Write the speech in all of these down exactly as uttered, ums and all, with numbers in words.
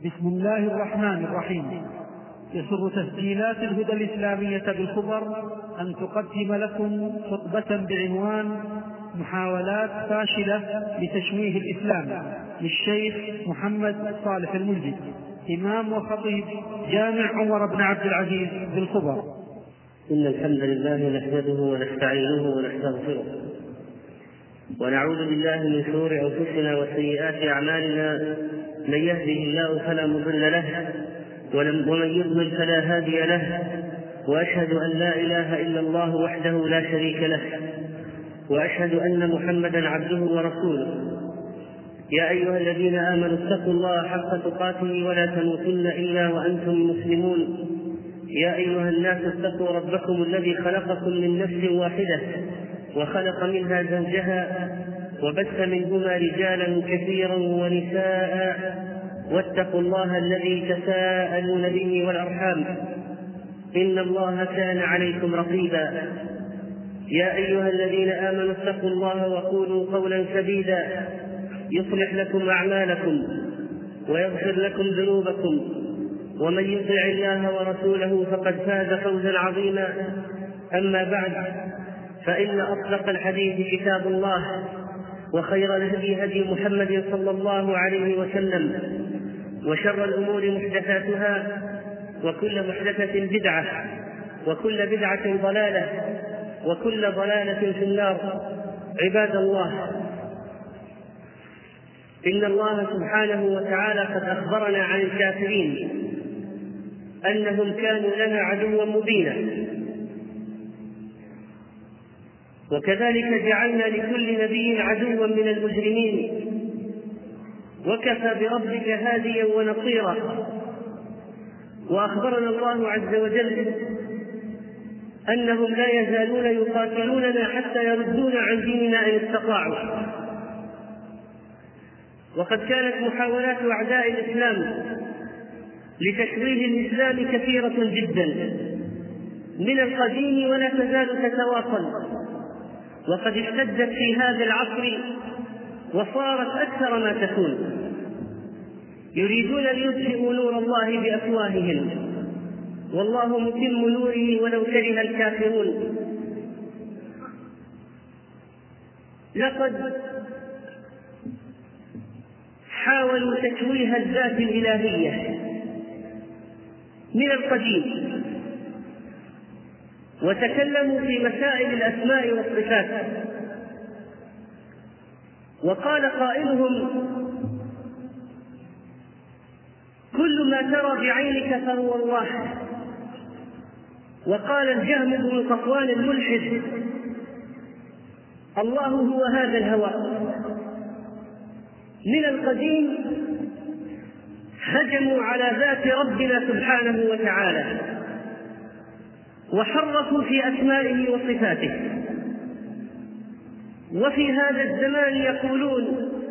بسم الله الرحمن الرحيم. يسر تسجيلات الهدى الإسلامية بالخبر أن تقدم لكم خطبة بعنوان محاولات فاشلة لتشويه الإسلام للشيخ محمد صالح المنجد، إمام وخطيب جامع عمر بن عبد العزيز بالخبر. إن الحمد لله نحمده ونستعينه ونستغفره ونعوذ بالله من شرور أنفسنا وسيئات أعمالنا، من يهده الله فلا مضل له ومن يضلل فلا هادي له، وأشهد أن لا إله إلا الله وحده لا شريك له، وأشهد أن محمدا عبده ورسوله. يا أيها الذين آمنوا اتقوا الله حق تقاته ولا تموتن إلا وأنتم مسلمون. يا أيها الناس اتقوا ربكم الذي خلقكم من نفس واحدة وخلق منها زوجها وبث منهما رجالا كثيرا ونساء، واتقوا الله الذي تساءلون به والأرحام، إن الله كان عليكم رقيبا. يا أيها الذين آمنوا اتقوا الله وقولوا قولا سديدا يصلح لكم أعمالكم ويغفر لكم ذنوبكم، ومن يطع الله ورسوله فقد فاز فوزا عظيما. أما بعد، فإن أصدق الحديث كتاب الله، وخير الهدي هدي محمد صلى الله عليه وسلم، وشر الأمور محدثاتها، وكل محدثة بدعة، وكل بدعة ضلالة، وكل ضلالة في النار. عباد الله، إن الله سبحانه وتعالى قد أخبرنا عن الكافرين أنهم كانوا لنا عدوا مبينا، وكذلك جعلنا لكل نبي عدوا من المجرمين، وكفى بربك هاديا ونصيرا. وأخبرنا الله عز وجل أنهم لا يزالون يقاتلوننا حتى يردون عن ديننا إن استطاعوا. وقد كانت محاولات أعداء الإسلام لتشويه الإسلام كثيرة جدا من القديم ولا تزال تتواصل، وقد اشتدت في هذا العصر وصارت أكثر ما تكون. يريدون ليطفئوا نور الله بأفواههم والله متم نوره ولو كره الكافرون. لقد حاولوا تشويه الذات الإلهية من القديم، وتكلموا في مسائل الأسماء والصفات، وقال قائلهم: كل ما ترى بعينك فهو الله. وقال الجهم بن صفوان الملحد: الله هو هذا الهواء. من القديم هجموا على ذات ربنا سبحانه وتعالى، وحرفوا في أسمائه وصفاته. وفي هذا الزمان يقولون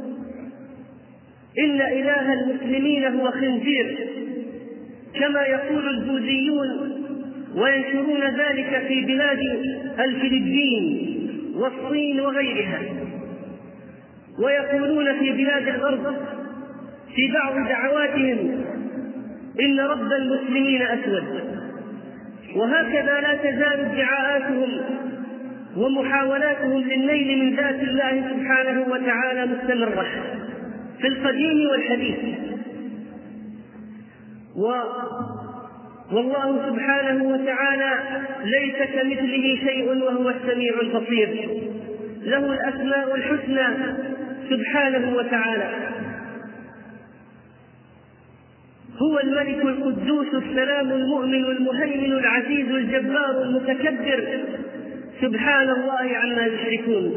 إن إله المسلمين هو خنزير، كما يقول البوذيون، وينشرون ذلك في بلاد الفلبين والصين وغيرها. ويقولون في بلاد الغرب في بعض دعواتهم إن رب المسلمين أسود. وهكذا لا تزال ادعاءاتهم ومحاولاتهم للنيل من ذات الله سبحانه وتعالى مستمرة في القديم والحديث. و... والله سبحانه وتعالى ليس كمثله شيء وهو السميع البصير، له الأسماء الحسنى سبحانه وتعالى. هو الملك القدوس السلام المؤمن المهيمن العزيز الجبار المتكبر، سبحان الله عما يشركون.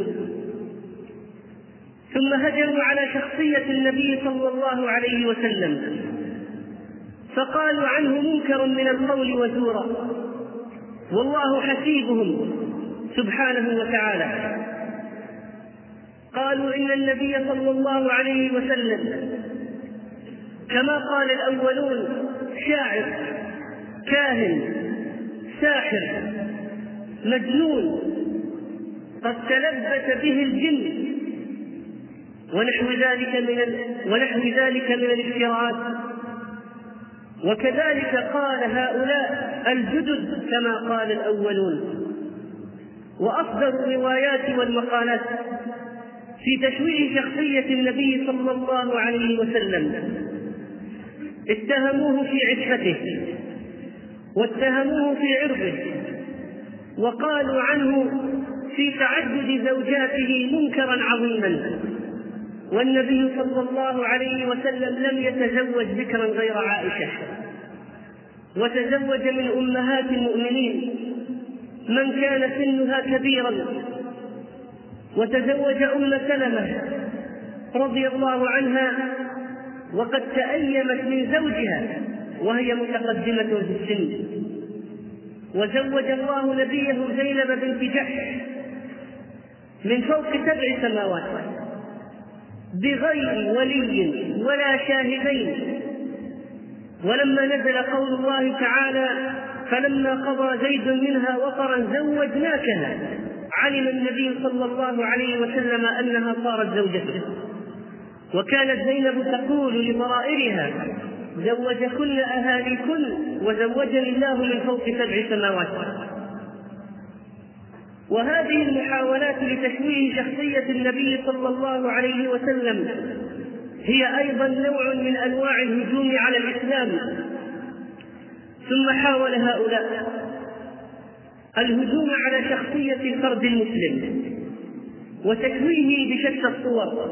ثم هجموا على شخصية النبي صلى الله عليه وسلم، فقالوا عنه منكر من القول وزورا، والله حسيبهم سبحانه وتعالى. قالوا إن النبي صلى الله عليه وسلم كما قال الأولون شاعر، كاهن، ساحر، مجنون، قد تلبس به الجن، ونحو ذلك من ونحو ذلك من الافتراءات وكذلك قال هؤلاء الجدد كما قال الأولون. وأصدر الروايات والمقالات في تشويه شخصية النبي صلى الله عليه وسلم اتهموه في عفته واتهموه في عرضه، وقالوا عنه في تعدد زوجاته منكرا عظيما، والنبي صلى الله عليه وسلم لم يتزوج ذكرا غير عائشة، وتزوج من أمهات المؤمنين من كان سنها كبيرا، وتزوج أم سلمة رضي الله عنها وقد تأيمت من زوجها وهي متقدمة في السن، وزوج الله نبيه زينب بنت جحش من فوق سبع سماوات بغير ولي ولا شاهدين. ولما نزل قول الله تعالى فلما قضى زيد منها وطرا زوجناكها علم النبي صلى الله عليه وسلم أنها صارت زوجته، وكانت زينب تقول لضرائرها زوجكن أهاليكن وزوجني الله من فوق سبع سماوات. وهذه المحاولات لتشويه شخصية النبي صلى الله عليه وسلم هي أيضا نوع من أنواع الهجوم على الإسلام. ثم حاول هؤلاء الهجوم على شخصية الفرد المسلم وتشويهه بشتى الصور،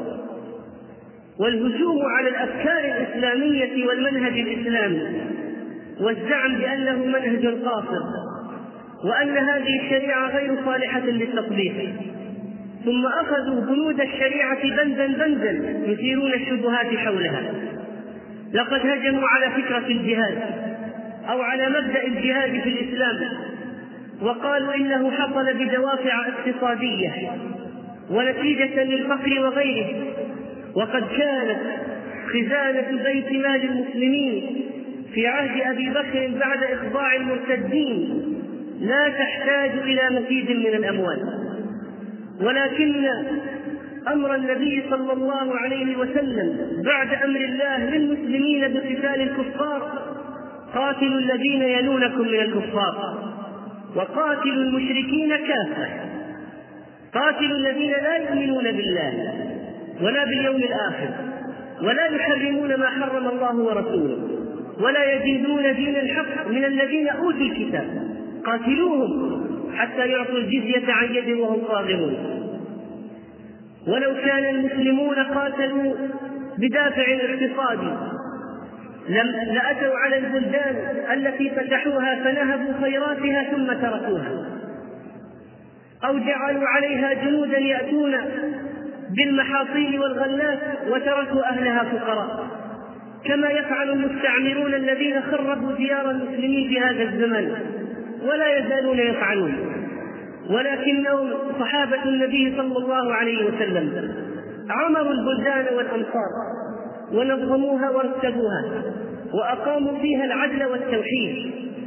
والهجوم على الأفكار الإسلامية والمنهج الإسلامي، والزعم بأنه منهج قاصر وأن هذه الشريعة غير صالحة للتطبيق. ثم أخذوا بنود الشريعة بندا بندا يثيرون الشبهات حولها. لقد هجموا على فكرة الجهاد أو على مبدأ الجهاد في الإسلام، وقالوا إنه حصل بدوافع اقتصادية ونتيجة للفقر وغيره، وقد كانت خزانة بيت مال المسلمين في عهد أبي بكر بعد إخضاع المرتدين لا تحتاج إلى مزيد من الأموال، ولكن أمر النبي صلى الله عليه وسلم بعد أمر الله للمسلمين بقتال الكفار قاتلوا الذين يلونكم من الكفار وقاتلوا المشركين كافة، قاتلوا الذين لا يؤمنون بالله ولا باليوم الآخر ولا يحرمون ما حرم الله ورسوله ولا يدينون دين الحق من الذين أوتوا الكتاب، قاتلوهم حتى يعطوا الجزية عن يد وهم صاغرون. ولو كان المسلمون قاتلوا بدافع اقتصادي لأتوا على البلدان التي فتحوها فنهبوا خيراتها ثم تركوها، أو جعلوا عليها جنودا يأتون بالمحاصيل والغلات وتركوا أهلها فقراء، كما يفعل المستعمرون الذين خربوا ديار المسلمين في هذا الزمن ولا يزالون يفعلون. ولكنهم صحابة النبي صلى الله عليه وسلم عمروا البلدان والأمصار ونظموها ورتبوها وأقاموا فيها العدل والتوحيد.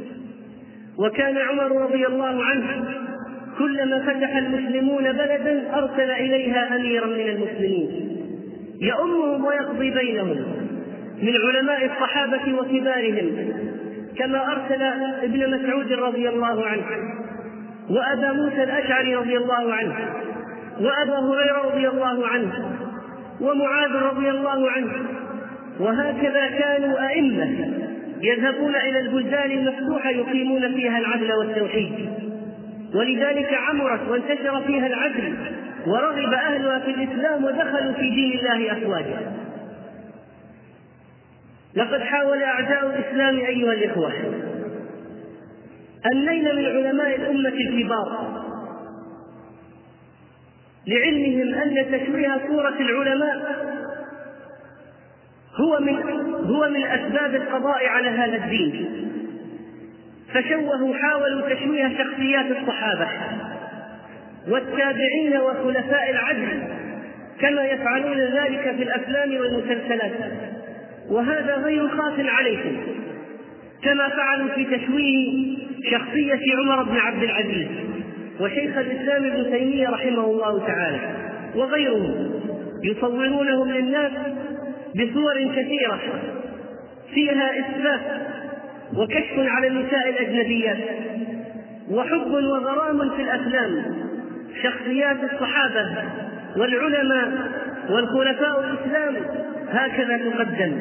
وكان عمر رضي الله عنه كلما فتح المسلمون بلدا أرسل إليها أميرا من المسلمين يؤمهم ويقضي بينهم من علماء الصحابة وكبارهم، كما أرسل ابن مسعود رضي الله عنه وأبا موسى الأشعري رضي الله عنه وأبا هريرة رضي الله عنه ومعاذ رضي الله عنه. وهكذا كانوا أئمة يذهبون إلى البلدان المفتوحة يقيمون فيها العدل والتوحيد، ولذلك عمرت وانتشر فيها العدل ورغب أهلها في الإسلام ودخلوا في دين الله أفواجا. لقد حاول أعداء الإسلام أيها الإخوة النيل من علماء الأمة الكبار لعلمهم أن تشويه صورة العلماء هو من هو من أسباب القضاء على هذا الدين، فشوهوا حاولوا تشويه شخصيات الصحابة والتابعين وخلفاء العدل كما يفعلون ذلك في الأفلام والمسلسلات، وهذا غير خاف عليكم، كما فعلوا في تشويه شخصية عمر بن عبد العزيز وشيخ الإسلام ابن تيمية رحمه الله تعالى وغيرهم، يصورونهم للناس بصور كثيرة فيها إسفاف وكشف على النساء الأجنبيات، وحب وغرام في الأفلام، شخصيات الصحابة والعلماء والخلفاء الإسلام هكذا تقدم.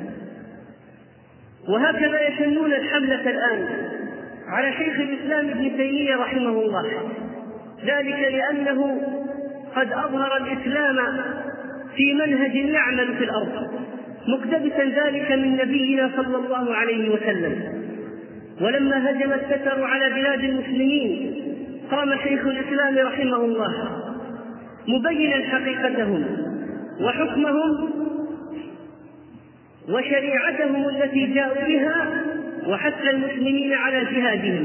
وهكذا يشنون الحملة الآن على شيخ الإسلام ابن تيمية رحمه الله، ذلك لأنه قد أظهر الإسلام في منهج يعمل في الأرض، مقتبسا ذلك من نبينا صلى الله عليه وسلم. ولما هجم التتر على بلاد المسلمين قام شيخ الإسلام رحمه الله مبينا حقيقتهم وحكمهم وشريعتهم التي جاءوا بها، وحث المسلمين على جهادهم.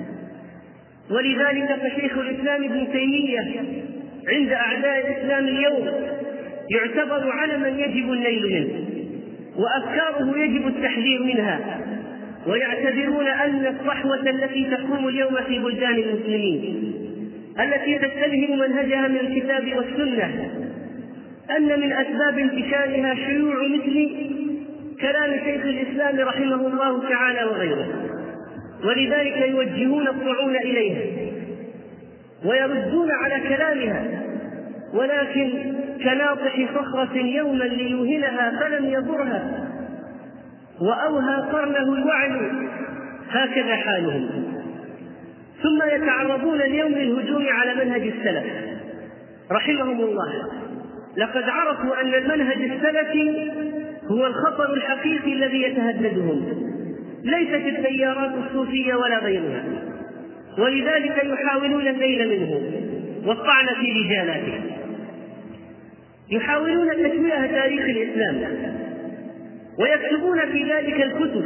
ولذلك فشيخ الإسلام ابن تيمية عند أعداء الإسلام اليوم يعتبر علما يجب النيل منه، وأفكاره يجب التحذير منها، ويعتبرون أن الصحوة التي تقوم اليوم في بلدان المسلمين التي تستلهم منهجها من الكتاب والسنة أن من أسباب انتشارها شيوع مثل كلام شيخ الإسلام رحمه الله تعالى وغيره، ولذلك يوجهون الطعون إليها ويردون على كلامها، ولكن كناطح صخرة يوما ليوهنها فلم يضرها وأوهى قرنه الوعل، هكذا حالهم. ثم يتعرضون اليوم للهجوم على منهج السلف رحمهم الله. لقد عرفوا أن المنهج السلفي هو الخطر الحقيقي الذي يتهددهم، ليست التيارات الصوفية ولا غيرها، ولذلك يحاولون النيل منه والطعن في رجالاته، يحاولون تشويه تاريخ الإسلام، ويكتبون في ذلك الكتب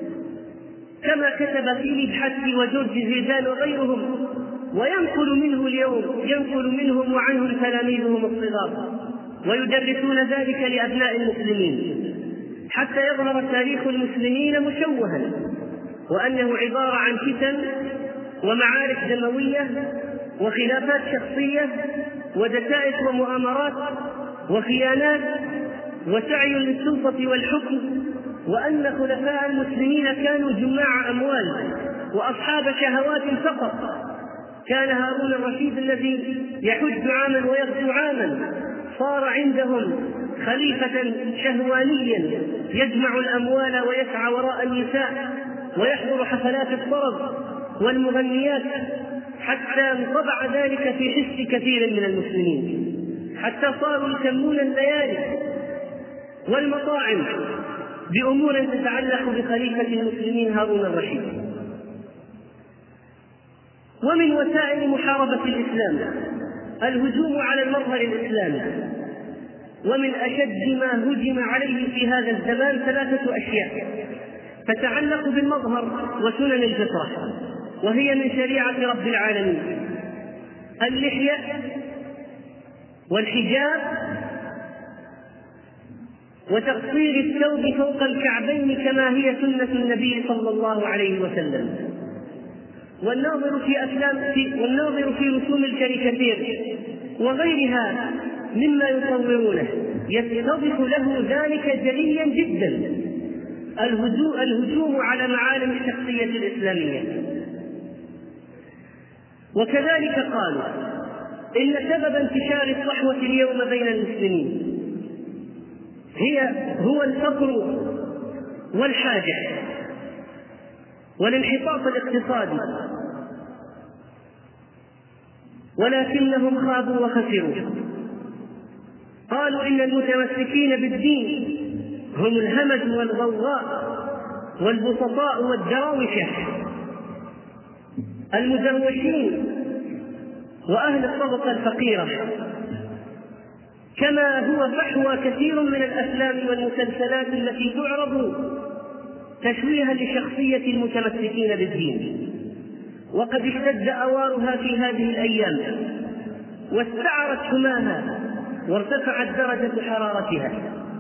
كما كتب فيه الحسي وجورج زيدان وغيرهم، وينقل منه اليوم ينقل منهم وعنهم تلاميذهم الصغار، ويدرسون ذلك لأبناء المسلمين حتى يظهر تاريخ المسلمين مشوها، وأنه عبارة عن فتن ومعارك دموية وخلافات شخصية ودسائس ومؤامرات وخيانات وسعي للسلطة والحكم، وأن خلفاء المسلمين كانوا جماع أموال وأصحاب شهوات فقط. كان هارون الرشيد الذي يحج عاما ويغزو عاما صار عندهم خليفة شهوانيا يجمع الأموال ويسعى وراء النساء ويحضر حفلات الطرب والمغنيات، حتى انطبع ذلك في حس كثير من المسلمين، حتى صاروا يسمون الليالي والمطاعم بأمور تتعلق بخليفة المسلمين هارون الرشيد. ومن وسائل محاربة الإسلام الهجوم على المظهر الإسلامي، ومن أشد ما هجم عليه في هذا الزمان ثلاثة أشياء تتعلق بالمظهر وسنن الفطرة، وهي من شريعة رب العالمين: اللحية والحجاب وتقصير الثوب فوق الكعبين كما هي سنة النبي صلى الله عليه وسلم. والناظر في أفلام في والناظر في رسوم الكاريكاتير وغيرها مما يصورونه يتضح له ذلك جليا جدا، الهجوم على معالم الشخصية الإسلامية. وكذلك قالوا إن سبب انتشار الصحوة اليوم بين المسلمين هي هو الفقر والحاجة والانحطاط الاقتصادي، ولكنهم خابوا وخسروا. قالوا إن المتمسكين بالدين هم الهمج والغوغاء والبسطاء والدراوشة المزوشين وأهل الطبقة الفقيرة، كما هو فحوى كثير من الأفلام والمسلسلات التي تعرض تشويها لشخصية المتمسكين بالدين. وقد اشتد أوارها في هذه الأيام واستعرت حماها وارتفعت درجة حرارتها،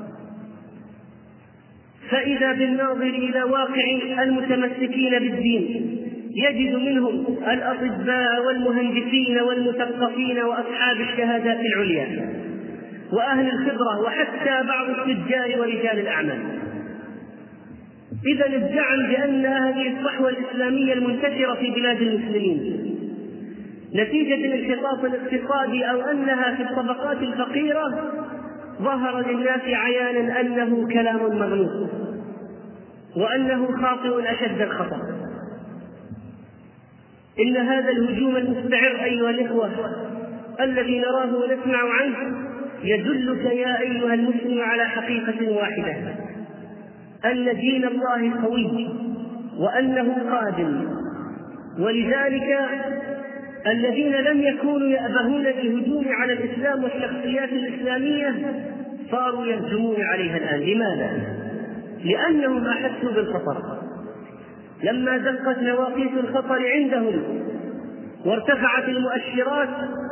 فإذا بالناظر إلى واقع المتمسكين بالدين يجد منهم الأطباء والمهندسين والمثقفين وأصحاب الشهادات العليا وأهل الخبرة وحتى بعض التجار ورجال الأعمال. إذا الزعم بأن هذه الصحوة الإسلامية المنتشرة في بلاد المسلمين نتيجة الانحطاط الاقتصادي أو أنها في الطبقات الفقيرة ظهر للناس عيانا أنه كلام مغلوط وأنه خاطئ أشد الخطأ. إن هذا الهجوم المستعر أيها الإخوة الذي نراه ونسمع عنه يدلك يا أيها المسلم على حقيقة واحدة، أن دين الله قوي وأنه قادم. ولذلك الذين لم يكونوا يأبهون بالهجوم على الإسلام والشخصيات الإسلامية صاروا يهجمون عليها الآن. لماذا؟ لأنهم أحسوا بالخطر. لما دقت نواقيس الخطر عندهم وارتفعت المؤشرات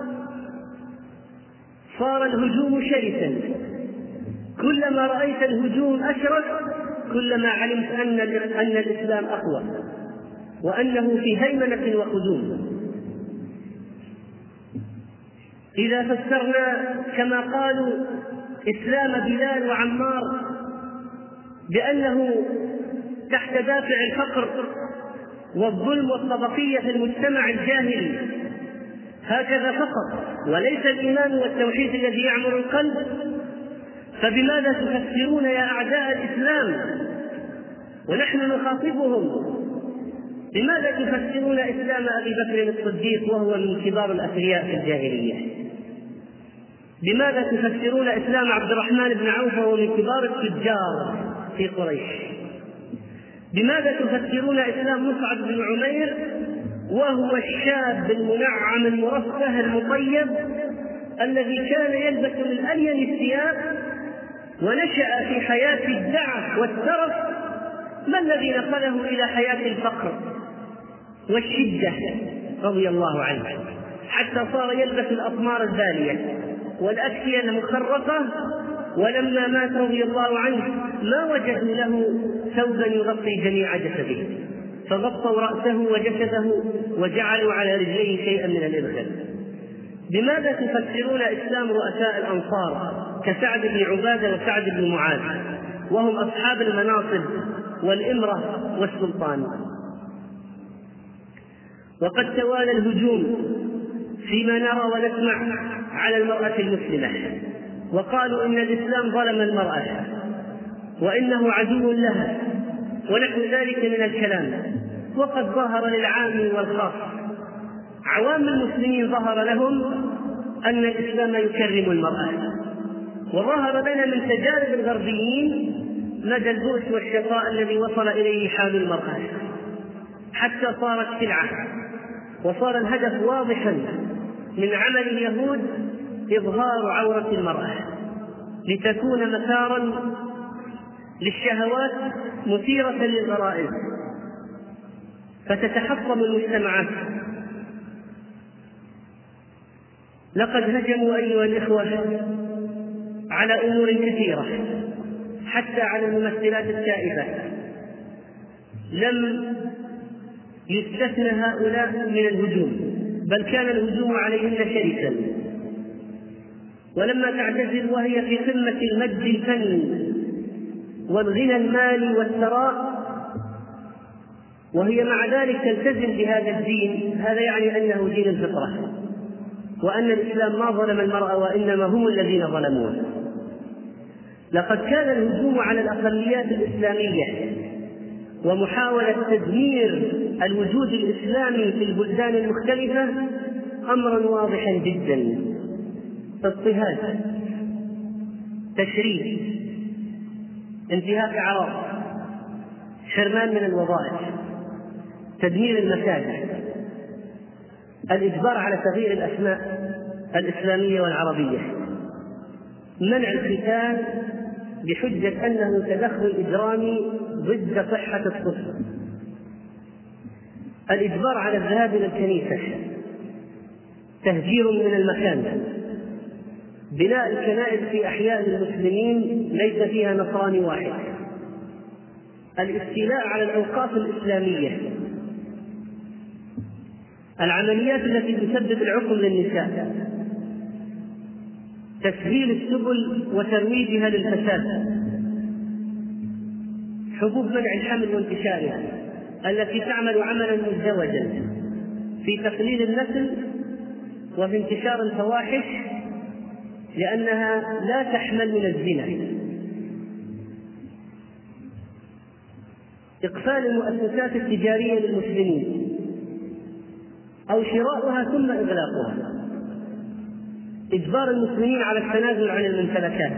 صار الهجوم شرسا. كلما رأيت الهجوم أشرس كلما علمت أن أن الإسلام أقوى وأنه في هيمنة وقدوم. إذا فسرنا كما قالوا إسلام بلال وعمار بأنه تحت دافع الفقر والظلم والطبقية في المجتمع الجاهلي هكذا فقط وليس الإيمان والتوحيد الذي يعمر القلب، فبماذا تفسرون يا أعداء الإسلام ونحن نخاطبهم؟ بماذا تفسرون إسلام أبي بكر الصديق وهو من كبار الأثرياء في الجاهلية؟ بماذا تفسرون إسلام عبد الرحمن بن عوف وهو من كبار التجار في قريش؟ بماذا تفسرون إسلام مصعب بن عمير وهو الشاب المنعم المرفه المطيب الذي كان يلبس من ألين الثياب ونشأ في حياة الدعة والترف؟ ما الذي نقله إلى حياة الفقر والشدة رضي الله عنه حتى صار يلبس الأطمار البالية والأكسية المخرقة؟ ولما مات رضي الله عنه ما وجدوا له ثوبا يغطي جميع جسده فغطوا رأسه وجسده وجعلوا على رجليه شيئا من الإبخل. بماذا تفسرون إسلام رؤساء الأنصار كسعد بن عبادة وسعد بن معاذ وهم أصحاب المناصب والإمرة والسلطان؟ وقد توالى الهجوم فيما نرى ونسمع على المرأة المسلمة، وقالوا إن الإسلام ظلم المرأة وإنه عدو لها ونحو ذلك من الكلام. وقد ظهر للعام والخاص. عوام المسلمين ظهر لهم أن الإسلام يكرم المرأة، وظهر لنا من تجارب الغربيين مدى البؤس والشقاء الذي وصل إليه حال المرأة حتى صارت سلعة، وصار الهدف واضحا من عمل اليهود إظهار عورة المرأة لتكون مسارا للشهوات مثيرة للغرائز فتتحطم المجتمعات. لقد هجموا أيها الإخوة على أمور كثيرة حتى على الممثلات التائبة، لم يستثنى هؤلاء من الهجوم بل كان الهجوم عليهن شرسا. ولما تعتزل وهي في قمة المجد الفني والغنى المالي والثراء وهي مع ذلك تلتزم بهذا الدين، هذا يعني أنه دين الفطرة وأن الإسلام ما ظلم المرأة وإنما هم الذين ظلموه. لقد كان الهجوم على الأقليات الإسلامية ومحاولة تدمير الوجود الإسلامي في البلدان المختلفة أمرا واضحا جدا: اضطهاد، تشريد، انتهاك أعراض، حرمان من الوظائف، تدمير المساجد، الإجبار على تغيير الأسماء الإسلامية والعربية، منع الختان بحجة أنه تدخل إجرامي ضد صحة الطفل، الإجبار على الذهاب إلى الكنيسة، تهجير من المكان، بناء الكنائس في أحياء المسلمين ليس فيها نصراني واحد، الاستيلاء على الأوقاف الإسلامية، العمليات التي تسبب العقم للنساء، تسهيل السبل وترويجها للفساد، حبوب منع الحمل وانتشاره التي تعمل عملا مزدوجا في تقليل النسل وفي انتشار الفواحش لأنها لا تحمل من الزنا. إقفال المؤسسات التجارية للمسلمين أو شراؤها ثم إغلاقها، إجبار المسلمين على التنازل عن الممتلكات،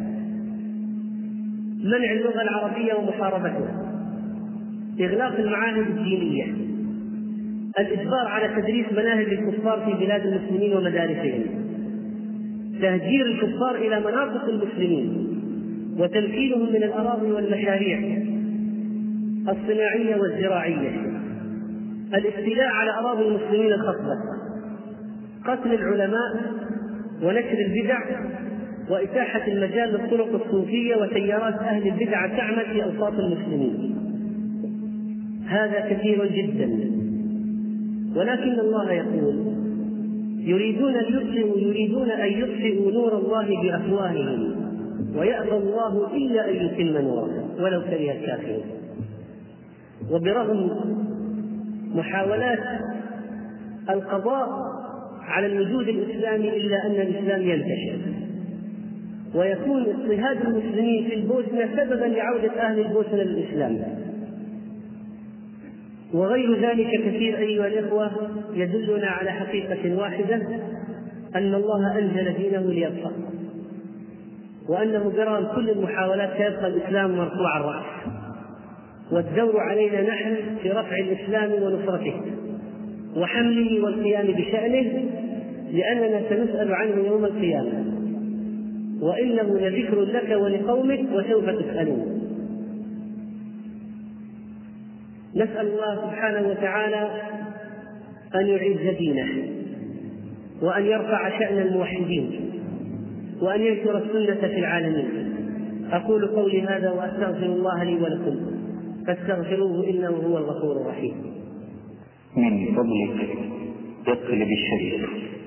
منع اللغة العربية ومحاربتها، إغلاق المعاهد الدينية، الإجبار على تدريس مناهج الكفار في بلاد المسلمين ومدارسهم، تهجير الكفار إلى مناطق المسلمين وتمكينهم من الأراضي والمشاريع الصناعية والزراعية، الاستيلاء على أراضي المسلمين الخصبة، قتل العلماء ونشر البدع وإتاحة المجال للطرق الصوفية وتيارات أهل البدع تعمل في أوساط المسلمين. هذا كثير جدا، ولكن الله يقول يريدون ليطفئوا يريدون أن يطفئوا نور الله بأفواههم ويأبى الله إلا أن يتم نوره ولو كره الكافرون. وبرغم محاولات القضاء على الوجود الإسلامي إلا أن الإسلام ينتشر ويكون اضطهاد المسلمين في البوسنة سببا لعودة أهل البوسنة للإسلام وغير ذلك كثير. أيها الإخوة، يدلنا على حقيقة واحدة، أن الله أنزل دينه ليبقى، وأنه برغم كل المحاولات سيبقى الإسلام مرفوع الرأس، والدور علينا نحن في رفع الإسلام ونصرته وحمله والقيام بشأنه، لأننا سنسأل عنه يوم القيامة، وإنه لذكر لك ولقومك وسوف تسألون. نسأل الله سبحانه وتعالى أن يعز دينه وأن يرفع شأن الموحدين وأن ينشر السنة في العالمين. أقول قولي هذا وأستغفر الله لي ولكم فاستغفروه إنه هو الغفور الرحيم. من فضلك اقلب الشريط.